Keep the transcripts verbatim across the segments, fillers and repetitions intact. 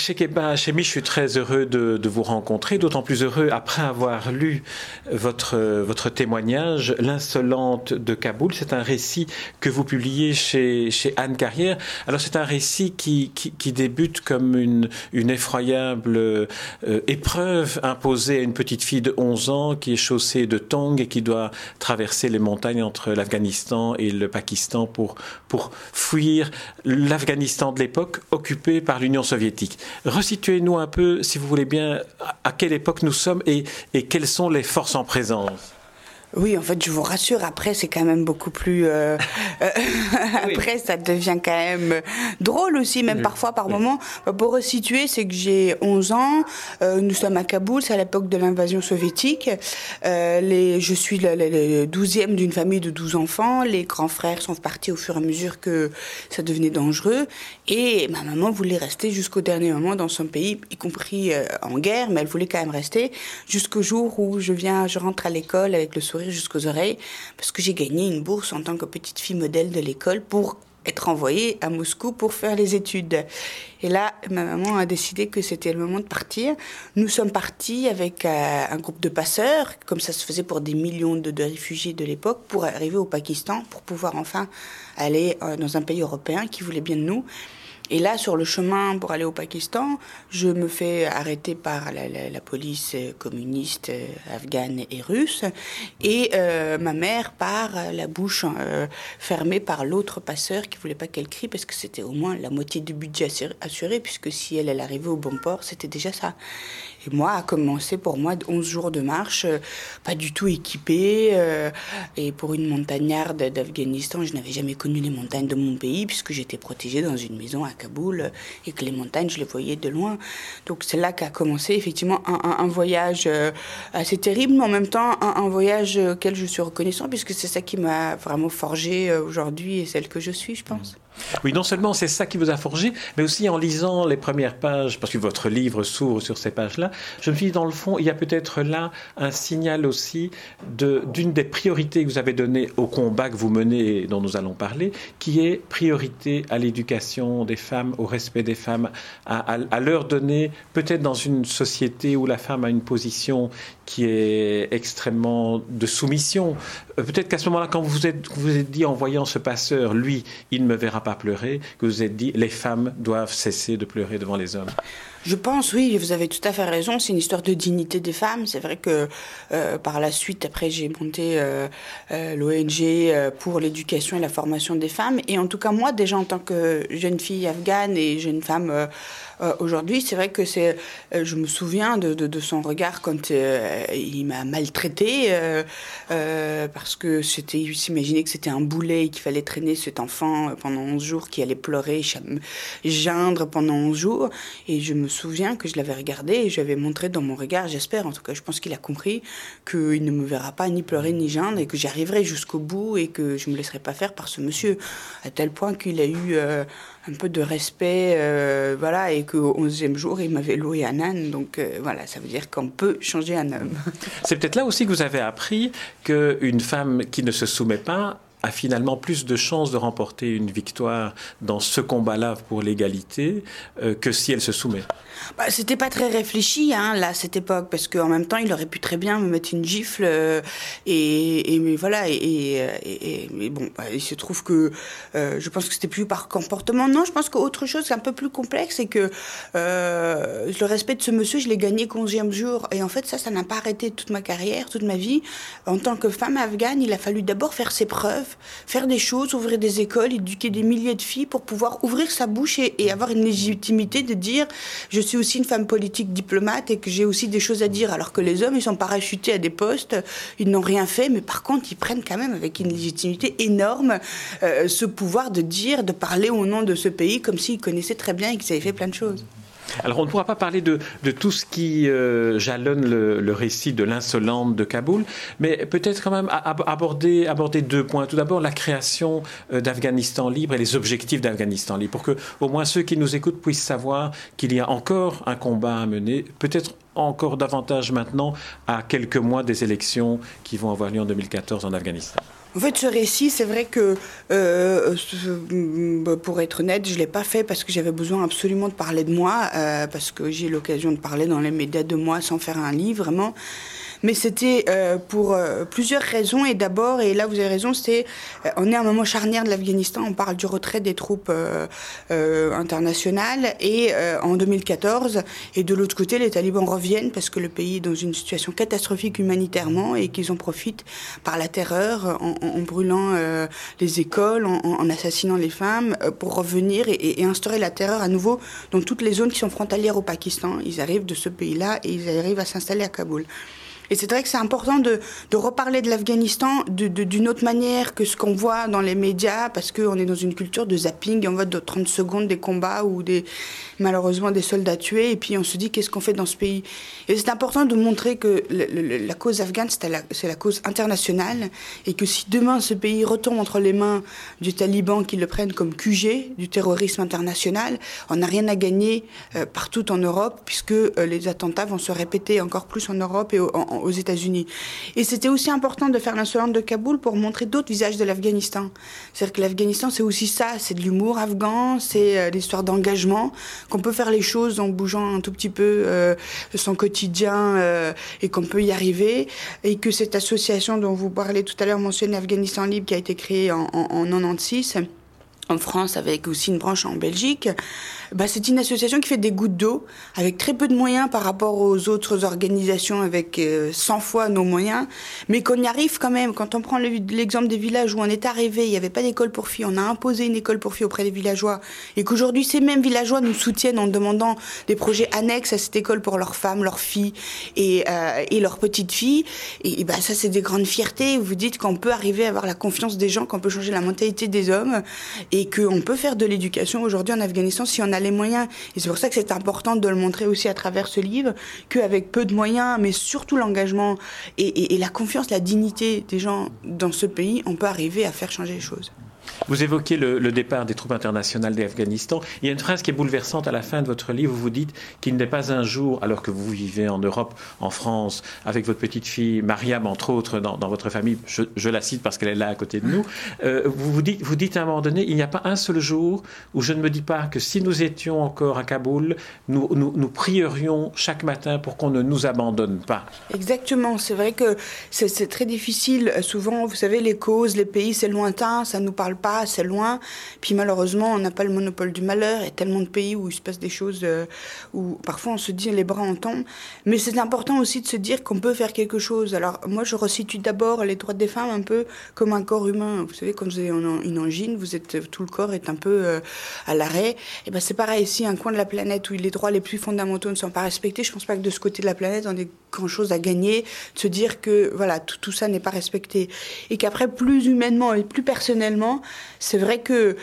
Cheikh Ebba Hachemi, je suis très heureux de, de vous rencontrer, d'autant plus heureux après avoir lu votre, votre témoignage, L'insolente de Kaboul. C'est un récit que vous publiez chez, chez Anne Carrière. Alors c'est un récit qui, qui, qui débute comme une, une effroyable euh, épreuve imposée à une petite fille de onze ans qui est chaussée de tongs et qui doit traverser les montagnes entre l'Afghanistan et le Pakistan pour, pour fuir l'Afghanistan de l'époque occupé par l'Union soviétique. Resituez-nous un peu, si vous voulez bien, à quelle époque nous sommes et, et quelles sont les forces en présence. Oui, en fait, je vous rassure, après, c'est quand même beaucoup plus... Euh, euh, après, oui. Ça devient quand même drôle aussi, même oui. Parfois, par oui. moments. Pour resituer, c'est que j'ai onze ans, euh, nous sommes à Kaboul, c'est à l'époque de l'invasion soviétique. Euh, les, je suis le, le, le douzième d'une famille de douze enfants. Les grands frères sont partis au fur et à mesure que ça devenait dangereux. Et ma maman voulait rester jusqu'au dernier moment dans son pays, y compris euh, en guerre, mais elle voulait quand même rester jusqu'au jour où je viens, je rentre à l'école avec le sourire jusqu'aux oreilles, parce que j'ai gagné une bourse en tant que petite fille modèle de l'école pour être envoyée à Moscou pour faire les études. Et là, ma maman a décidé que c'était le moment de partir. Nous sommes partis avec euh, un groupe de passeurs, comme ça se faisait pour des millions de, de réfugiés de l'époque, pour arriver au Pakistan, pour pouvoir enfin aller euh, dans un pays européen qui voulait bien de nous. Et là, sur le chemin pour aller au Pakistan, je me fais arrêter par la, la, la police communiste euh, afghane et russe. Et euh, ma mère part la bouche euh, fermée par l'autre passeur qui voulait pas qu'elle crie, parce que c'était au moins la moitié du budget assuré, assuré puisque si elle, elle arrivait au bon port, c'était déjà ça. Et moi, a commencé pour moi onze jours de marche, euh, pas du tout équipée. Euh, et pour une montagnarde d'Afghanistan, je n'avais jamais connu les montagnes de mon pays, puisque j'étais protégée dans une maison à Kaboul, et que les montagnes, je les voyais de loin. Donc c'est là qu'a commencé effectivement un, un, un voyage euh, assez terrible, mais en même temps un, un voyage auquel je suis reconnaissant, puisque c'est ça qui m'a vraiment forgée euh, aujourd'hui et celle que je suis, je pense. Oui, non seulement c'est ça qui vous a forgé, mais aussi en lisant les premières pages, parce que votre livre s'ouvre sur ces pages-là, je me suis dit, dans le fond, il y a peut-être là un signal aussi de, d'une des priorités que vous avez données au combat que vous menez et dont nous allons parler, qui est priorité à l'éducation des femmes, au respect des femmes, à, à, à leur donner, peut-être dans une société où la femme a une position qui est extrêmement de soumission. Peut-être qu'à ce moment-là, quand vous vous êtes, vous vous êtes dit, en voyant ce passeur, lui, il ne me verra pas pleurer, que vous vous êtes dit, les femmes doivent cesser de pleurer devant les hommes. Je pense, oui, vous avez tout à fait raison, c'est une histoire de dignité des femmes. C'est vrai que euh, par la suite, après, j'ai monté euh, euh, l'O N G euh, pour l'éducation et la formation des femmes. Et en tout cas, moi, déjà en tant que jeune fille afghane et jeune femme euh, euh, aujourd'hui, c'est vrai que c'est, euh, je me souviens de, de, de son regard quand euh, il m'a maltraitée, euh, euh, parce que c'était, il s'imaginait que c'était un boulet et qu'il fallait traîner cet enfant pendant onze jours, qui allait pleurer, geindre pendant onze jours. Et je me souviens que je l'avais regardé et je lui avais montré dans mon regard, j'espère, en tout cas, je pense qu'il a compris qu'il ne me verra pas ni pleurer ni geindre et que j'y arriverai jusqu'au bout et que je ne me laisserai pas faire par ce monsieur, à tel point qu'il a eu euh, un peu de respect, euh, voilà, et qu'au onzième jour, il m'avait loué un âne, donc euh, voilà, ça veut dire qu'on peut changer un homme. C'est peut-être là aussi que vous avez appris qu'une femme qui ne se soumet pas a finalement plus de chances de remporter une victoire dans ce combat-là pour l'égalité euh, que si elle se soumet. Bah, c'était pas très réfléchi, hein, là, à cette époque, parce qu'en même temps, il aurait pu très bien me mettre une gifle, euh, et, et mais voilà, et, et, et, et bon, bah, il se trouve que euh, je pense que c'était plus par comportement. Non, je pense qu'autre chose, c'est un peu plus complexe, c'est que euh, le respect de ce monsieur, je l'ai gagné qu'au onzième jour, et en fait, ça, ça n'a pas arrêté toute ma carrière, toute ma vie. En tant que femme afghane, il a fallu d'abord faire ses preuves, faire des choses, ouvrir des écoles, éduquer des milliers de filles pour pouvoir ouvrir sa bouche et, et avoir une légitimité de dire je suis aussi une femme politique diplomate et que j'ai aussi des choses à dire, alors que les hommes ils sont parachutés à des postes, ils n'ont rien fait, mais par contre ils prennent quand même avec une légitimité énorme euh, ce pouvoir de dire, de parler au nom de ce pays comme s'ils connaissaient très bien et qu'ils avaient fait plein de choses. Alors on ne pourra pas parler de, de tout ce qui euh, jalonne le, le récit de l'insolente de Kaboul, mais peut-être quand même aborder, aborder deux points. Tout d'abord, la création d'Afghanistan libre et les objectifs d'Afghanistan libre, pour que au moins ceux qui nous écoutent puissent savoir qu'il y a encore un combat à mener, peut-être encore davantage maintenant, à quelques mois des élections qui vont avoir lieu en deux mille quatorze en Afghanistan. En fait, ce récit, c'est vrai que, euh, pour être honnête, je ne l'ai pas fait parce que j'avais besoin absolument de parler de moi, euh, parce que j'ai eu l'occasion de parler dans les médias de moi sans faire un livre, vraiment. Mais c'était euh, pour euh, plusieurs raisons. Et d'abord, et là vous avez raison, c'est euh, on est à un moment charnière de l'Afghanistan. On parle du retrait des troupes euh, euh, internationales. Et euh, en deux mille quatorze, et de l'autre côté, les talibans reviennent parce que le pays est dans une situation catastrophique humanitairement et qu'ils en profitent par la terreur, en, en, en brûlant euh, les écoles, en, en assassinant les femmes, euh, pour revenir et, et instaurer la terreur à nouveau dans toutes les zones qui sont frontalières au Pakistan. Ils arrivent de ce pays-là et ils arrivent à s'installer à Kaboul. Et c'est vrai que c'est important de, de reparler de l'Afghanistan de, de, d'une autre manière que ce qu'on voit dans les médias, parce qu'on est dans une culture de zapping, on voit de trente secondes des combats ou des, malheureusement des soldats tués, et puis on se dit qu'est-ce qu'on fait dans ce pays. Et c'est important de montrer que le, le, la cause afghane, c'est la, c'est la cause internationale, et que si demain ce pays retombe entre les mains du taliban qui le prennent comme Q G du terrorisme international, on n'a rien à gagner euh, partout en Europe, puisque euh, les attentats vont se répéter encore plus en Europe et au, en, aux États-Unis. Et c'était aussi important de faire l'insolente de Kaboul pour montrer d'autres visages de l'Afghanistan. C'est-à-dire que l'Afghanistan, c'est aussi ça, c'est de l'humour afghan, c'est euh, l'histoire d'engagement, qu'on peut faire les choses en bougeant un tout petit peu euh, son quotidien euh, et qu'on peut y arriver. Et que cette association dont vous parlez tout à l'heure, mentionnée Afghanistan Libre, qui a été créée en, en, en quatre-vingt-seize, en France, avec aussi une branche en Belgique, bah, c'est une association qui fait des gouttes d'eau, avec très peu de moyens par rapport aux autres organisations, avec euh, cent fois nos moyens, mais qu'on y arrive quand même. Quand on prend le, l'exemple des villages où on est arrivé, il n'y avait pas d'école pour filles, on a imposé une école pour filles auprès des villageois, et qu'aujourd'hui ces mêmes villageois nous soutiennent en demandant des projets annexes à cette école pour leurs femmes, leurs filles et, euh, et leurs petites filles, et, et bah, ça c'est des grandes fiertés. Vous dites qu'on peut arriver à avoir la confiance des gens, qu'on peut changer la mentalité des hommes, et qu'on peut faire de l'éducation aujourd'hui en Afghanistan si on a les moyens. Et c'est pour ça que c'est important de le montrer aussi à travers ce livre, qu'avec peu de moyens, mais surtout l'engagement et, et, et la confiance, la dignité des gens dans ce pays, on peut arriver à faire changer les choses. Vous évoquez le, le départ des troupes internationales d'Afghanistan. Il y a une phrase qui est bouleversante à la fin de votre livre où vous dites qu'il n'est pas un jour, alors que vous vivez en Europe, en France, avec votre petite fille Mariam, entre autres, dans, dans votre famille, je, je la cite parce qu'elle est là à côté de nous, euh, vous, vous, dites, vous dites à un moment donné, il n'y a pas un seul jour où je ne me dis pas que si nous étions encore à Kaboul, nous, nous, nous prierions chaque matin pour qu'on ne nous abandonne pas. Exactement, c'est vrai que c'est, c'est très difficile. Souvent, vous savez, les causes, les pays, c'est lointain, ça ne nous parle pas, c'est loin. Puis malheureusement, on n'a pas le monopole du malheur. Il y a tellement de pays où il se passe des choses euh, où parfois on se dit les bras en tombent. Mais c'est important aussi de se dire qu'on peut faire quelque chose. Alors moi, je resitue d'abord les droits des femmes un peu comme un corps humain. Vous savez, quand vous avez une angine, vous êtes, tout le corps est un peu euh, à l'arrêt. Et ben c'est pareil ici, un coin de la planète où les droits les plus fondamentaux ne sont pas respectés. Je pense pas que de ce côté de la planète, on ait grand chose à gagner de se dire que voilà, tout, tout ça n'est pas respecté. Et qu'après, plus humainement et plus personnellement, c'est vrai que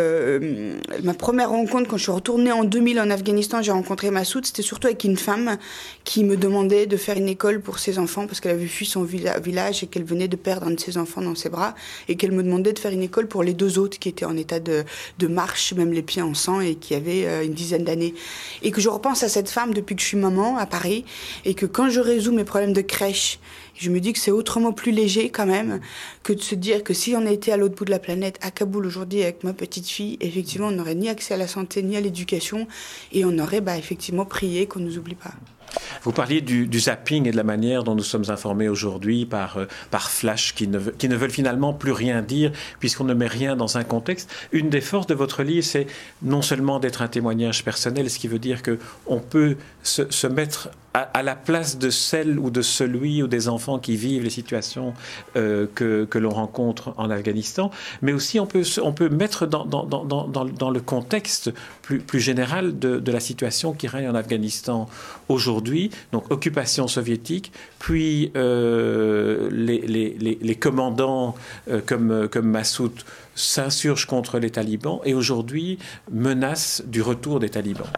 euh, ma première rencontre, quand je suis retournée en deux mille en Afghanistan, j'ai rencontré Massoud, c'était surtout avec une femme qui me demandait de faire une école pour ses enfants parce qu'elle avait fui son villa- village et qu'elle venait de perdre un de ses enfants dans ses bras et qu'elle me demandait de faire une école pour les deux autres qui étaient en état de, de marche, même les pieds en sang et qui avaient euh, une dizaine d'années. Et que je repense à cette femme depuis que je suis maman à Paris et que quand je résous mes problèmes de crèche, je me dis que c'est autrement plus léger quand même que de se dire que si on était à l'autre bout de la planète, à Kaboul aujourd'hui avec ma petite fille, effectivement on n'aurait ni accès à la santé ni à l'éducation et on aurait bah, effectivement prié qu'on ne nous oublie pas. Vous parliez du, du zapping et de la manière dont nous sommes informés aujourd'hui par, euh, par flash qui ne, qui ne veulent finalement plus rien dire puisqu'on ne met rien dans un contexte. Une des forces de votre livre, c'est non seulement d'être un témoignage personnel, ce qui veut dire qu'on peut se, se mettre à, à la place de celle ou de celui ou des enfants qui vivent les situations euh, que, que l'on rencontre en Afghanistan, mais aussi on peut, on peut mettre dans, dans, dans, dans, dans le contexte plus, plus général de, de la situation qui règne en Afghanistan aujourd'hui. Donc occupation soviétique, puis euh, les, les, les, les commandants euh, comme, comme Massoud s'insurgent contre les talibans et aujourd'hui menacent du retour des talibans.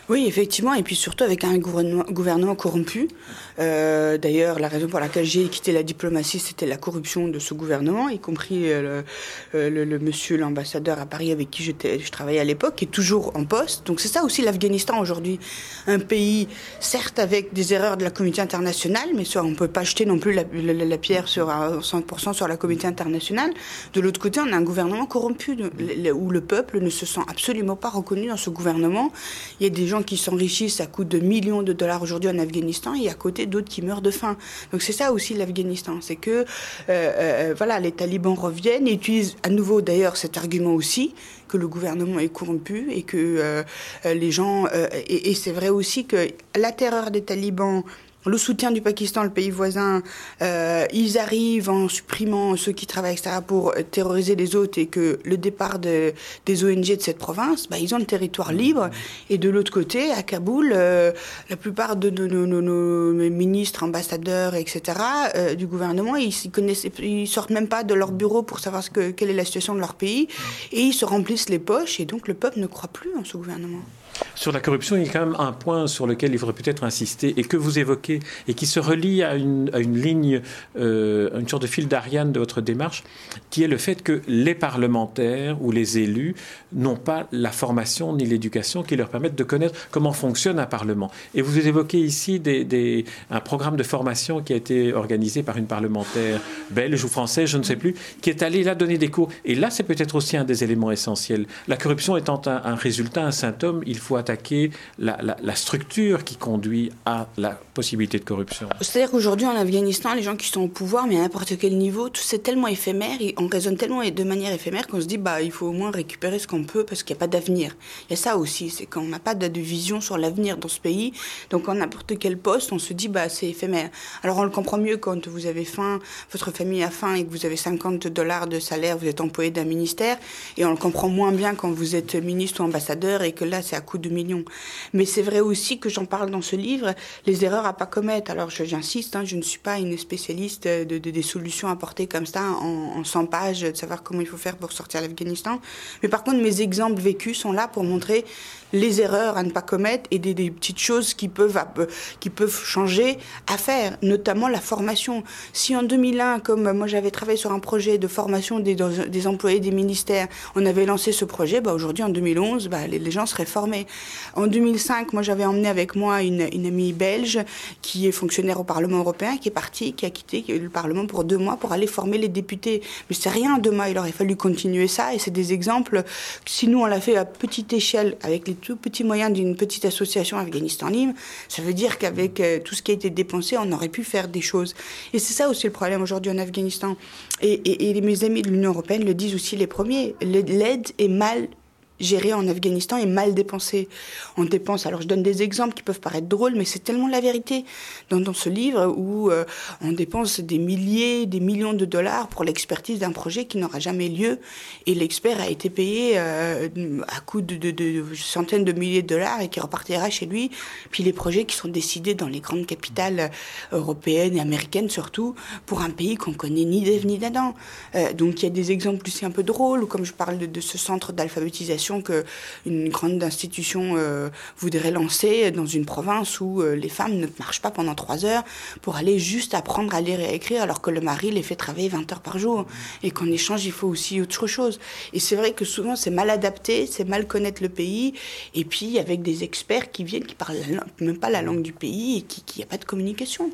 Oui, effectivement, et puis surtout avec un gouvernement, gouvernement corrompu. Euh, d'ailleurs, la raison pour laquelle j'ai quitté la diplomatie, c'était la corruption de ce gouvernement, y compris le, le, le monsieur l'ambassadeur à Paris avec qui j'étais, je travaillais à l'époque, qui est toujours en poste. Donc c'est ça aussi l'Afghanistan aujourd'hui, un pays certes avec des erreurs de la communauté internationale, mais ça, on ne peut pas jeter non plus la, la, la pierre sur à cent pour cent sur la communauté internationale. De l'autre côté, on a un gouvernement corrompu où le peuple ne se sent absolument pas reconnu dans ce gouvernement. Il y a des gens qui s'enrichissent à coût de millions de dollars aujourd'hui en Afghanistan et à côté d'autres qui meurent de faim. Donc c'est ça aussi l'Afghanistan, c'est que euh, euh, voilà, les talibans reviennent et utilisent à nouveau d'ailleurs cet argument aussi que le gouvernement est corrompu et que euh, les gens euh, et, et c'est vrai aussi que la terreur des talibans, le soutien du Pakistan, le pays voisin, euh, ils arrivent en supprimant ceux qui travaillent, et cetera, pour terroriser les autres et que le départ de, des O N G de cette province, bah, ils ont le territoire libre. Et de l'autre côté, à Kaboul, euh, la plupart de nos, nos, nos, nos ministres, ambassadeurs, et cetera, euh, du gouvernement, ils, ils, connaissent, ils sortent même pas de leur bureau pour savoir ce que, quelle est la situation de leur pays. Et ils se remplissent les poches et donc le peuple ne croit plus en ce gouvernement. Sur la corruption, il y a quand même un point sur lequel il faudrait peut-être insister et que vous évoquez et qui se relie à une, à une ligne, euh, une sorte de fil d'Ariane de votre démarche, qui est le fait que les parlementaires ou les élus n'ont pas la formation ni l'éducation qui leur permettent de connaître comment fonctionne un parlement. Et vous évoquez ici des, des, un programme de formation qui a été organisé par une parlementaire belge ou française, je ne sais plus, qui est allée là donner des cours. Et là, c'est peut-être aussi un des éléments essentiels. La corruption étant un, un résultat, un symptôme, il faut attaquer la, la, la structure qui conduit à la possibilité de corruption. C'est-à-dire qu'aujourd'hui en Afghanistan, les gens qui sont au pouvoir, mais à n'importe quel niveau, tout c'est tellement éphémère, et on raisonne tellement de manière éphémère qu'on se dit bah il faut au moins récupérer ce qu'on peut parce qu'il n'y a pas d'avenir. Il y a ça aussi, c'est qu'on n'a pas de, de vision sur l'avenir dans ce pays, donc en n'importe quel poste, on se dit bah c'est éphémère. Alors on le comprend mieux quand vous avez faim, votre famille a faim et que vous avez cinquante dollars de salaire, vous êtes employé d'un ministère, et on le comprend moins bien quand vous êtes ministre ou ambassadeur et que là c'est à coup de millions. Mais c'est vrai aussi que j'en parle dans ce livre, les erreurs à pas commettre. Alors j'insiste, hein, je ne suis pas une spécialiste de, de, des solutions apportées comme ça en, en cent pages, de savoir comment il faut faire pour sortir l'Afghanistan. Mais par contre, mes exemples vécus sont là pour montrer les erreurs à ne pas commettre et des, des petites choses qui peuvent, qui peuvent changer à faire, notamment la formation. Si en deux mille un, comme moi j'avais travaillé sur un projet de formation des, des employés des ministères, on avait lancé ce projet, bah aujourd'hui en deux mille onze, bah, les, les gens seraient formés. En deux mille cinq, moi j'avais emmené avec moi une, une amie belge qui est fonctionnaire au Parlement européen, qui est partie, qui a quitté le Parlement pour deux mois pour aller former les députés. Mais c'est rien, deux mois, il aurait fallu continuer ça et c'est des exemples. Si nous on l'a fait à petite échelle avec les tout petits moyens d'une petite association Afghanistan Libre, ça veut dire qu'avec euh, tout ce qui a été dépensé, on aurait pu faire des choses. Et c'est ça aussi le problème aujourd'hui en Afghanistan. Et, et, et mes amis de l'Union européenne le disent aussi les premiers. L'aide est mal gérée en Afghanistan et mal dépensée. On dépense, alors je donne des exemples qui peuvent paraître drôles, mais c'est tellement la vérité dans, dans ce livre où euh, on dépense des milliers, des millions de dollars pour l'expertise d'un projet qui n'aura jamais lieu et l'expert a été payé euh, à coût de, de, de centaines de milliers de dollars et qui repartira chez lui. Puis les projets qui sont décidés dans les grandes capitales européennes et américaines surtout pour un pays qu'on connaît ni d'Ève ni d'Adam. Euh, donc il y a des exemples aussi un peu drôles, ou comme je parle de, de ce centre d'alphabétisation qu'une grande institution euh, voudrait lancer dans une province où euh, les femmes ne marchent pas pendant trois heures pour aller juste apprendre à lire et à écrire alors que le mari les fait travailler vingt heures par jour et qu'en échange il faut aussi autre chose. Et c'est vrai que souvent c'est mal adapté, c'est mal connaître le pays et puis avec des experts qui viennent, qui parlent la, même pas la langue du pays et qui n'y a pas de communication.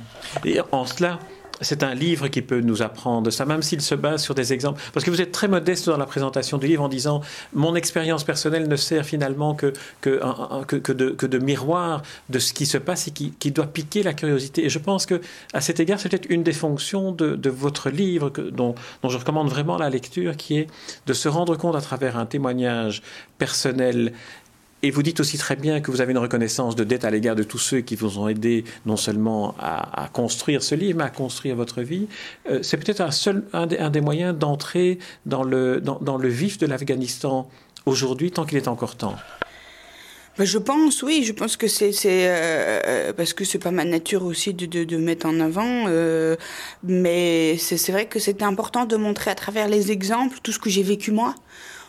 Et en cela, c'est un livre qui peut nous apprendre ça, même s'il se base sur des exemples. Parce que vous êtes très modeste dans la présentation du livre en disant « Mon expérience personnelle ne sert finalement que, que, que, que, de, que de miroir de ce qui se passe et qui, qui doit piquer la curiosité. » Et je pense qu'à cet égard, c'est peut-être une des fonctions de, de votre livre que, dont, dont je recommande vraiment la lecture, qui est de se rendre compte à travers un témoignage personnel. Et vous dites aussi très bien que vous avez une reconnaissance de dette à l'égard de tous ceux qui vous ont aidé non seulement à, à construire ce livre, mais à construire votre vie. Euh, c'est peut-être un, seul, un, des, un des moyens d'entrer dans le, dans, dans le vif de l'Afghanistan aujourd'hui, tant qu'il est encore temps. Je pense, oui, je pense que c'est, c'est euh, parce que c'est pas ma nature aussi de, de, de mettre en avant, euh, mais c'est, c'est vrai que c'était important de montrer à travers les exemples tout ce que j'ai vécu moi.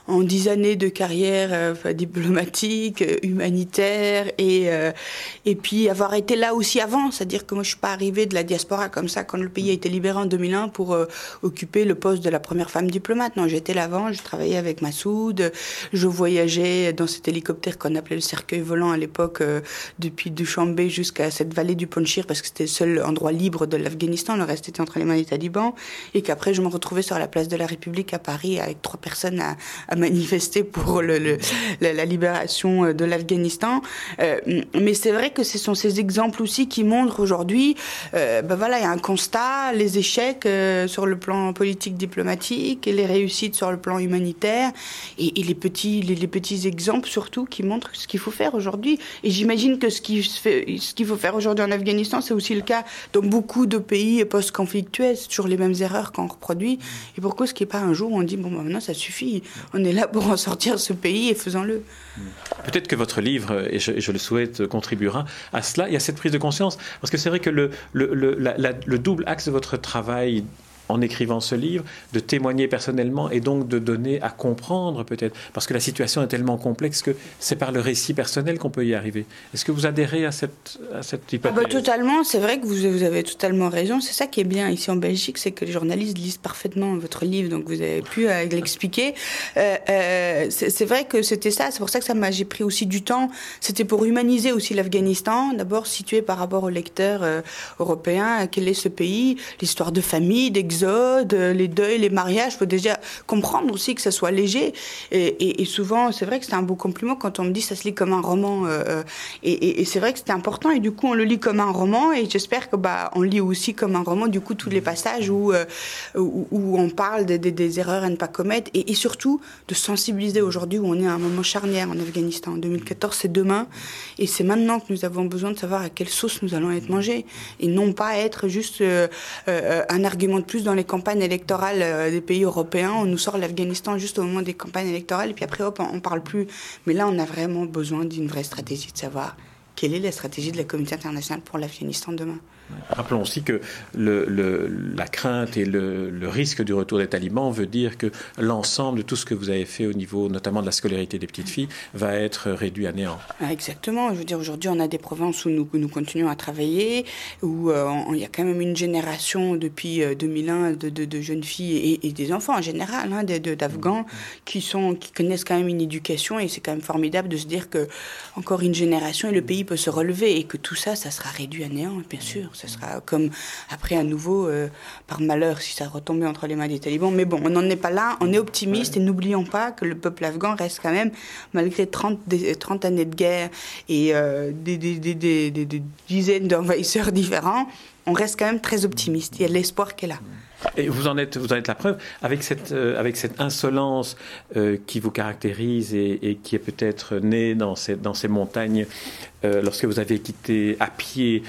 en dix années de carrière euh, enfin, diplomatique, euh, humanitaire, et, euh, et puis avoir été là aussi avant, c'est-à-dire que moi je suis pas arrivée de la diaspora comme ça quand le pays a été libéré en deux mille un pour euh, occuper le poste de la première femme diplomate. Non, j'étais là avant, je travaillais avec Massoud, je voyageais dans cet hélicoptère qu'on appelait le cercueil volant à l'époque, euh, depuis Dushanbe jusqu'à cette vallée du Panjshir, parce que c'était le seul endroit libre de l'Afghanistan, le reste était entre les mains des talibans, et qu'après je me retrouvais sur la place de la République à Paris avec trois personnes à, à manifester pour le, le, la, la libération de l'Afghanistan. Euh, mais c'est vrai que ce sont ces exemples aussi qui montrent aujourd'hui, euh, ben voilà, il y a un constat, les échecs euh, sur le plan politique diplomatique et les réussites sur le plan humanitaire, et, et les petits les, les petits exemples surtout qui montrent ce qu'il faut faire aujourd'hui. Et j'imagine que ce qu'il fait, ce qu'il faut faire aujourd'hui en Afghanistan, c'est aussi le cas dans beaucoup de pays post-conflictuels. C'est toujours les mêmes erreurs qu'on reproduit. Et pourquoi est-ce qu'il n'y a pas un jour où on dit bon, ben maintenant ça suffit, on est là pour en sortir ce pays et faisons-le. Peut-être que votre livre, et je, et je le souhaite, contribuera à cela. Il y a cette prise de conscience, parce que c'est vrai que le, le, le, la, la, le double axe de votre travail en écrivant ce livre, de témoigner personnellement et donc de donner à comprendre peut-être, parce que la situation est tellement complexe que c'est par le récit personnel qu'on peut y arriver. Est-ce que vous adhérez à cette, à cette hypothèse ? Ah bah, totalement, c'est vrai que vous, vous avez totalement raison. C'est ça qui est bien ici en Belgique, c'est que les journalistes lisent parfaitement votre livre, donc vous avez pu euh, l'expliquer. Euh, euh, c'est, c'est vrai que c'était ça, c'est pour ça que ça m'a, j'ai pris aussi du temps. C'était pour humaniser aussi l'Afghanistan, d'abord situé par rapport aux lecteurs euh, européens, quel est ce pays, l'histoire de famille, d'exode, les deuils, les mariages, il faut déjà comprendre aussi que ça soit léger. Et, et, et souvent, c'est vrai que c'est un beau compliment quand on me dit ça se lit comme un roman. Euh, et, et, et c'est vrai que c'était important. Et du coup, on le lit comme un roman. Et j'espère que bah, on lit aussi comme un roman, du coup, tous les passages où, euh, où, où on parle des, des, des erreurs à ne pas commettre. Et, et surtout, de sensibiliser aujourd'hui où on est à un moment charnière en Afghanistan. En deux mille quatorze, c'est demain. Et c'est maintenant que nous avons besoin de savoir à quelle sauce nous allons être mangés. Et non pas être juste euh, euh, un argument de plus dans les campagnes électorales des pays européens. On nous sort l'Afghanistan juste au moment des campagnes électorales et puis après, hop, on ne parle plus. Mais là, on a vraiment besoin d'une vraie stratégie, de savoir quelle est la stratégie de la communauté internationale pour l'Afghanistan demain. Rappelons aussi que le, le, la crainte et le, le risque du retour des talibans veut dire que l'ensemble de tout ce que vous avez fait au niveau notamment de la scolarité des petites filles va être réduit à néant. Exactement. Je veux dire, aujourd'hui, on a des provinces où nous, nous continuons à travailler, où euh, on, il y a quand même une génération depuis euh, deux mille un de, de, de jeunes filles et, et des enfants en général, hein, de, de, d'Afghans, qui, sont, qui connaissent quand même une éducation, et c'est quand même formidable de se dire que encore une génération et le pays peut se relever, et que tout ça, ça sera réduit à néant, bien sûr. Ce sera comme après à nouveau, euh, par malheur, si ça retombait entre les mains des talibans. Mais bon, on n'en est pas là, on est optimiste, ouais. Et n'oublions pas que le peuple afghan reste quand même, malgré trente, des, trente années de guerre et euh, des, des, des, des, des, des dizaines d'envahisseurs différents, on reste quand même très optimiste. Il y a de l'espoir qui est là. Et vous en êtes, vous en êtes la preuve, avec cette, euh, avec cette insolence euh, qui vous caractérise et, et qui est peut-être née dans ces, dans ces montagnes euh, lorsque vous avez quitté à pied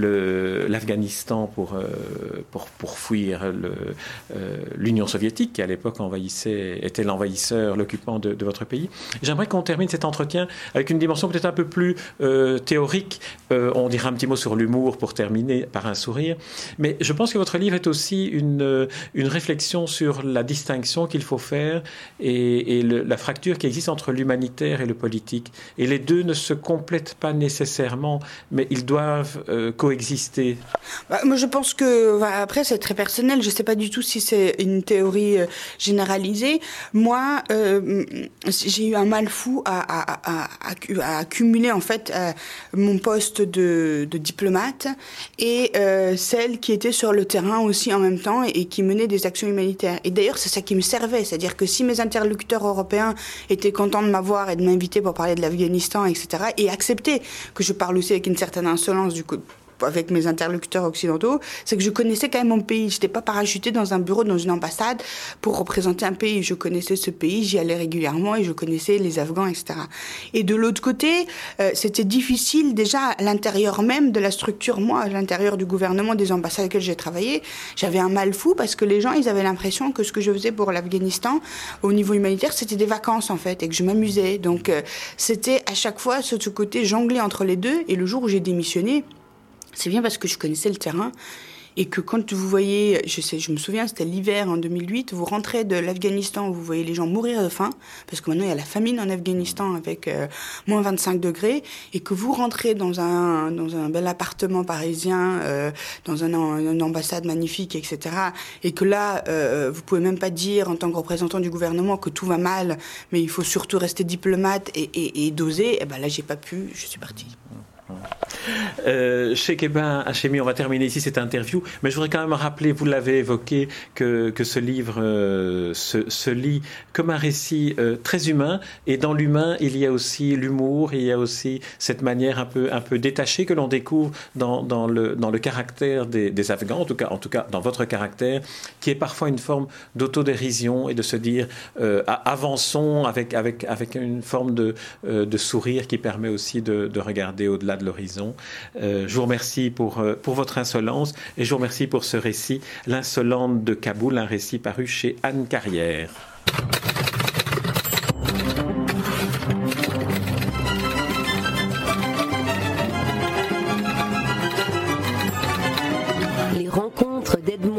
le, l'Afghanistan pour, euh, pour, pour fuir le, euh, l'Union soviétique, qui à l'époque envahissait, était l'envahisseur, l'occupant de, de votre pays. J'aimerais qu'on termine cet entretien avec une dimension peut-être un peu plus euh, théorique. Euh, on dira un petit mot sur l'humour pour terminer par un sourire. Mais je pense que votre livre est aussi une une réflexion sur la distinction qu'il faut faire et, et le, la fracture qui existe entre l'humanitaire et le politique. Et les deux ne se complètent pas nécessairement, mais ils doivent euh, coexister. Bah, moi, je pense que, bah, après, c'est très personnel. Je ne sais pas du tout si c'est une théorie euh, généralisée. Moi, euh, j'ai eu un mal fou à, à, à, à, à accumuler, en fait, euh, mon poste de, de diplomate et euh, celle qui était sur le terrain aussi en même temps, et qui menait des actions humanitaires. Et d'ailleurs, c'est ça qui me servait. C'est-à-dire que si mes interlocuteurs européens étaient contents de m'avoir et de m'inviter pour parler de l'Afghanistan, et cetera, et accepter que je parle aussi avec une certaine insolence du coup, avec mes interlocuteurs occidentaux, c'est que je connaissais quand même mon pays. Je n'étais pas parachutée dans un bureau, dans une ambassade pour représenter un pays. Je connaissais ce pays, j'y allais régulièrement et je connaissais les Afghans, et cetera. Et de l'autre côté, euh, c'était difficile déjà à l'intérieur même de la structure, moi, à l'intérieur du gouvernement, des ambassades avec lesquelles j'ai travaillé. J'avais un mal fou parce que les gens, ils avaient l'impression que ce que je faisais pour l'Afghanistan, au niveau humanitaire, c'était des vacances en fait, et que je m'amusais. Donc euh, c'était à chaque fois ce, ce côté jongler entre les deux. Et le jour où j'ai démissionné, c'est bien parce que je connaissais le terrain et que quand vous voyez, je sais, je me souviens, c'était l'hiver en deux mille huit, vous rentrez de l'Afghanistan, vous voyez les gens mourir de faim, parce que maintenant il y a la famine en Afghanistan avec euh, moins vingt-cinq degrés, et que vous rentrez dans un dans un bel appartement parisien, euh, dans un, une ambassade magnifique, et cetera, et que là, euh, vous pouvez même pas dire en tant que représentant du gouvernement que tout va mal, mais il faut surtout rester diplomate et, et, et doser, et ben là j'ai pas pu, je suis partie. Euh, Cheikh Ebn Hachemi, on va terminer ici cette interview, mais je voudrais quand même rappeler, vous l'avez évoqué, que, que ce livre euh, se, se lit comme un récit euh, très humain, et dans l'humain, il y a aussi l'humour, il y a aussi cette manière un peu, un peu détachée que l'on découvre dans, dans, le, dans le caractère des, des Afghans, en tout, cas, en tout cas dans votre caractère, qui est parfois une forme d'autodérision et de se dire euh, avançons avec, avec, avec une forme de, euh, de sourire qui permet aussi de, de regarder au-delà de l'horizon. Euh, je vous remercie pour, euh, pour votre insolence et je vous remercie pour ce récit, L'insolente de Kaboul, un récit paru chez Anne Carrière. Les rencontres d'Edmond